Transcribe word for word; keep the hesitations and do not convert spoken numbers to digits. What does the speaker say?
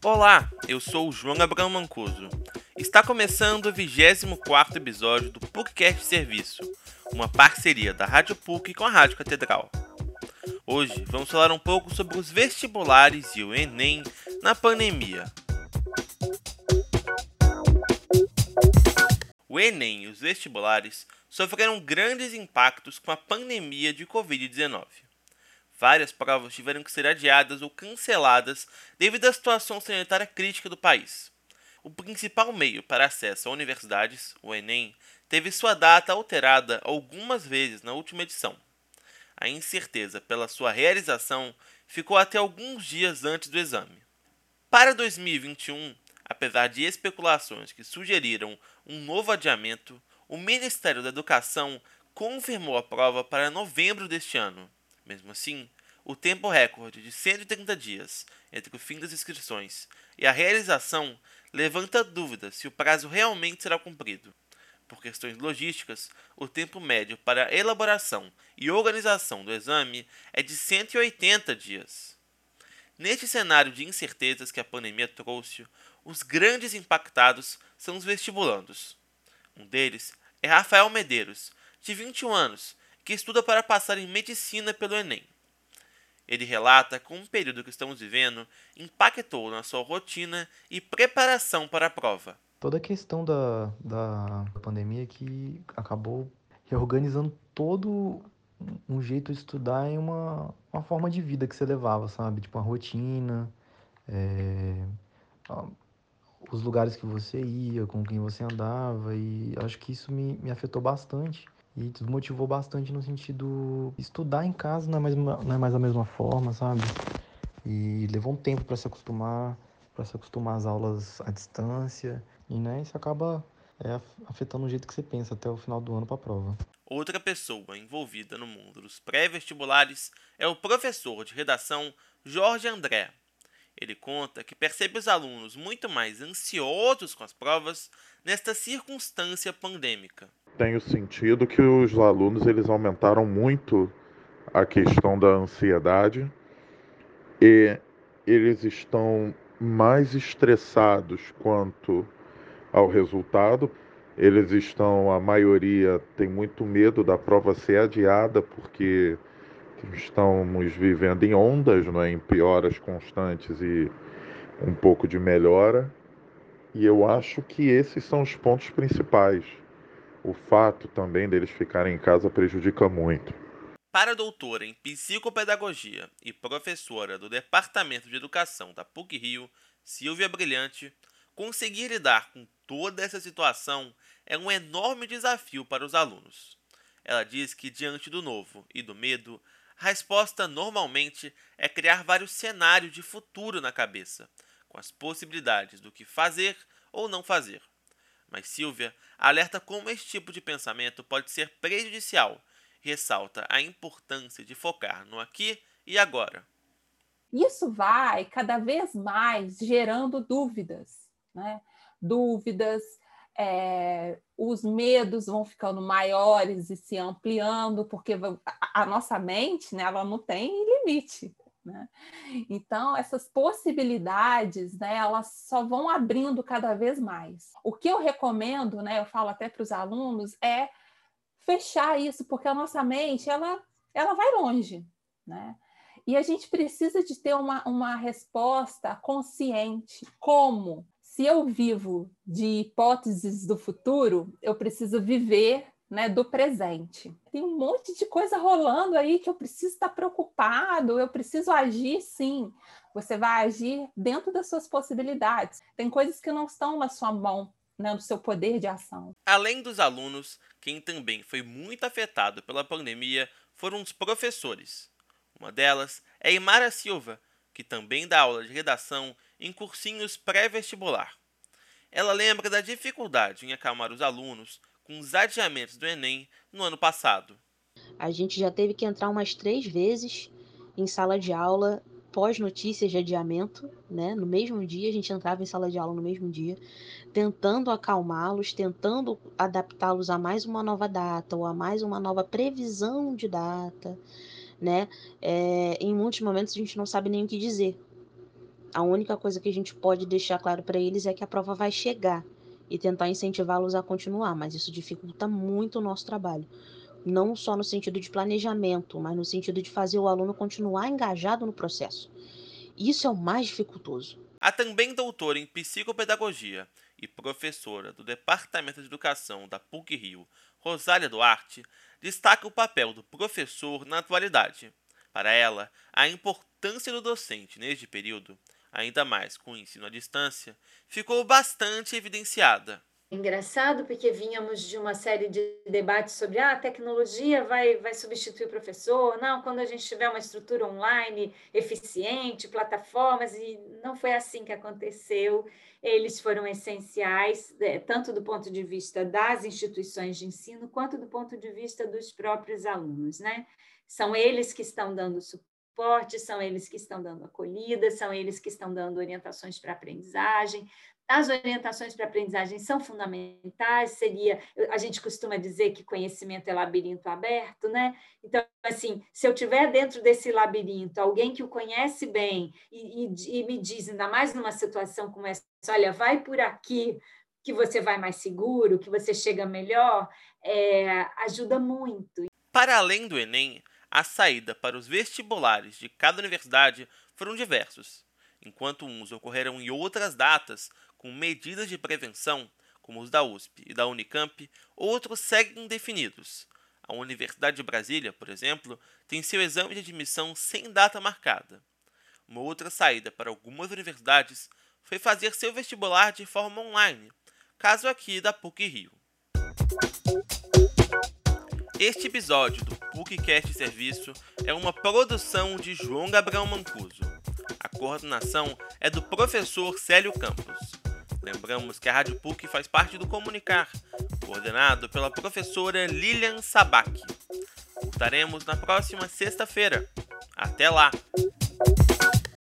Olá, eu sou o João Abrão Mancuso. Está começando o vigésimo quarto episódio do PUCcast Serviço, uma parceria da Rádio P U C com a Rádio Catedral. Hoje vamos falar um pouco sobre os vestibulares e o Enem na pandemia. O Enem e os vestibulares sofreram grandes impactos com a pandemia de covid dezenove. Várias provas tiveram que ser adiadas ou canceladas devido à situação sanitária crítica do país. O principal meio para acesso a universidades, o Enem, teve sua data alterada algumas vezes na última edição. A incerteza pela sua realização ficou até alguns dias antes do exame. Para dois mil e vinte e um, apesar de especulações que sugeriram um novo adiamento, o Ministério da Educação confirmou a prova para novembro deste ano. Mesmo assim, o tempo recorde de cento e trinta dias entre o fim das inscrições e a realização levanta dúvidas se o prazo realmente será cumprido. Por questões logísticas, o tempo médio para a elaboração e organização do exame é de cento e oitenta dias. Neste cenário de incertezas que a pandemia trouxe, os grandes impactados são os vestibulandos. Um deles é Rafael Medeiros, de vinte e um anos, que estuda para passar em medicina pelo Enem. Ele relata como o período que estamos vivendo impactou na sua rotina e preparação para a prova. Toda a questão da, da pandemia que acabou reorganizando todo um jeito de estudar em uma, uma forma de vida que você levava, sabe? Tipo, uma rotina, é, os lugares que você ia, com quem você andava, e acho que isso me, me afetou bastante e desmotivou bastante no sentido de estudar em casa não é mais, não é mais a mesma forma, sabe? E levou um tempo para se acostumar, para se acostumar às aulas à distância, e né, isso acaba é, afetando o jeito que você pensa até o final do ano para a prova. Outra pessoa envolvida no mundo dos pré-vestibulares é o professor de redação Jorge André. Ele conta que percebe os alunos muito mais ansiosos com as provas nesta circunstância pandêmica. Tenho sentido que os alunos eles aumentaram muito a questão da ansiedade e eles estão mais estressados quanto ao resultado. Eles estão, a maioria tem muito medo da prova ser adiada porque estamos vivendo em ondas, não é? Em pioras constantes e um pouco de melhora. E eu acho que esses são os pontos principais. O fato também deles ficarem em casa prejudica muito. Para a doutora em psicopedagogia e professora do Departamento de Educação da P U C Rio, Silvia Brilhante, conseguir lidar com toda essa situação é um enorme desafio para os alunos. Ela diz que, diante do novo e do medo, a resposta normalmente é criar vários cenários de futuro na cabeça, com as possibilidades do que fazer ou não fazer. Mas Silvia alerta como esse tipo de pensamento pode ser prejudicial e ressalta a importância de focar no aqui e agora. Isso vai cada vez mais gerando dúvidas, né? Dúvidas, é, os medos vão ficando maiores e se ampliando, porque a, a nossa mente, né, ela não tem limite. Né? Então, essas possibilidades, né, elas só vão abrindo cada vez mais. O que eu recomendo, né, eu falo até para os alunos, é fechar isso, porque a nossa mente ela, ela vai longe. Né? E a gente precisa de ter uma, uma resposta consciente. Como? Se eu vivo de hipóteses do futuro, eu preciso viver, né, do presente. Tem um monte de coisa rolando aí que eu preciso estar preocupado, eu preciso agir, sim. Você vai agir dentro das suas possibilidades. Tem coisas que não estão na sua mão, né, no seu poder de ação. Além dos alunos, quem também foi muito afetado pela pandemia foram os professores. Uma delas é Imara Silva, que também dá aula de redação em cursinhos pré-vestibular. Ela lembra da dificuldade em acalmar os alunos com os adiamentos do Enem no ano passado. A gente já teve que entrar umas três vezes em sala de aula pós-notícias de adiamento, né? No mesmo dia, a gente entrava em sala de aula no mesmo dia, tentando acalmá-los, tentando adaptá-los a mais uma nova data ou a mais uma nova previsão de data, né? É, em muitos momentos a gente não sabe nem o que dizer, A única coisa que a gente pode deixar claro para eles é que a prova vai chegar e tentar incentivá-los a continuar, mas isso dificulta muito o nosso trabalho. Não só no sentido de planejamento, mas no sentido de fazer o aluno continuar engajado no processo. Isso é o mais dificultoso. A também doutora em psicopedagogia e professora do Departamento de Educação da P U C-Rio, Rosália Duarte, destaca o papel do professor na atualidade. Para ela, a importância do docente neste período, ainda mais com o ensino à distância, ficou bastante evidenciada. Engraçado, porque vínhamos de uma série de debates sobre ah, a tecnologia vai, vai substituir o professor, não, quando a gente tiver uma estrutura online eficiente, plataformas, e não foi assim que aconteceu. Eles foram essenciais, tanto do ponto de vista das instituições de ensino, quanto do ponto de vista dos próprios alunos, né? São eles que estão dando suporte, são eles que estão dando acolhida, são eles que estão dando orientações para aprendizagem. As orientações para aprendizagem são fundamentais, seria, a gente costuma dizer que conhecimento é labirinto aberto, né? Então, assim, se eu tiver dentro desse labirinto alguém que o conhece bem e, e, e me diz, ainda mais numa situação como essa, olha, vai por aqui que você vai mais seguro, que você chega melhor, é, ajuda muito. Para além do Enem, a saída para os vestibulares de cada universidade foram diversos. Enquanto uns ocorreram em outras datas, com medidas de prevenção, como os da U S P e da Unicamp, outros seguem indefinidos. A Universidade de Brasília, por exemplo, tem seu exame de admissão sem data marcada. Uma outra saída para algumas universidades foi fazer seu vestibular de forma online, caso aqui da P U C-Rio. Este episódio do PUCcast Serviço é uma produção de João Gabriel Mancuso. A coordenação é do professor Célio Campos. Lembramos que a Rádio P U C faz parte do Comunicar, coordenado pela professora Lilian Sabac. Voltaremos na próxima sexta-feira. Até lá!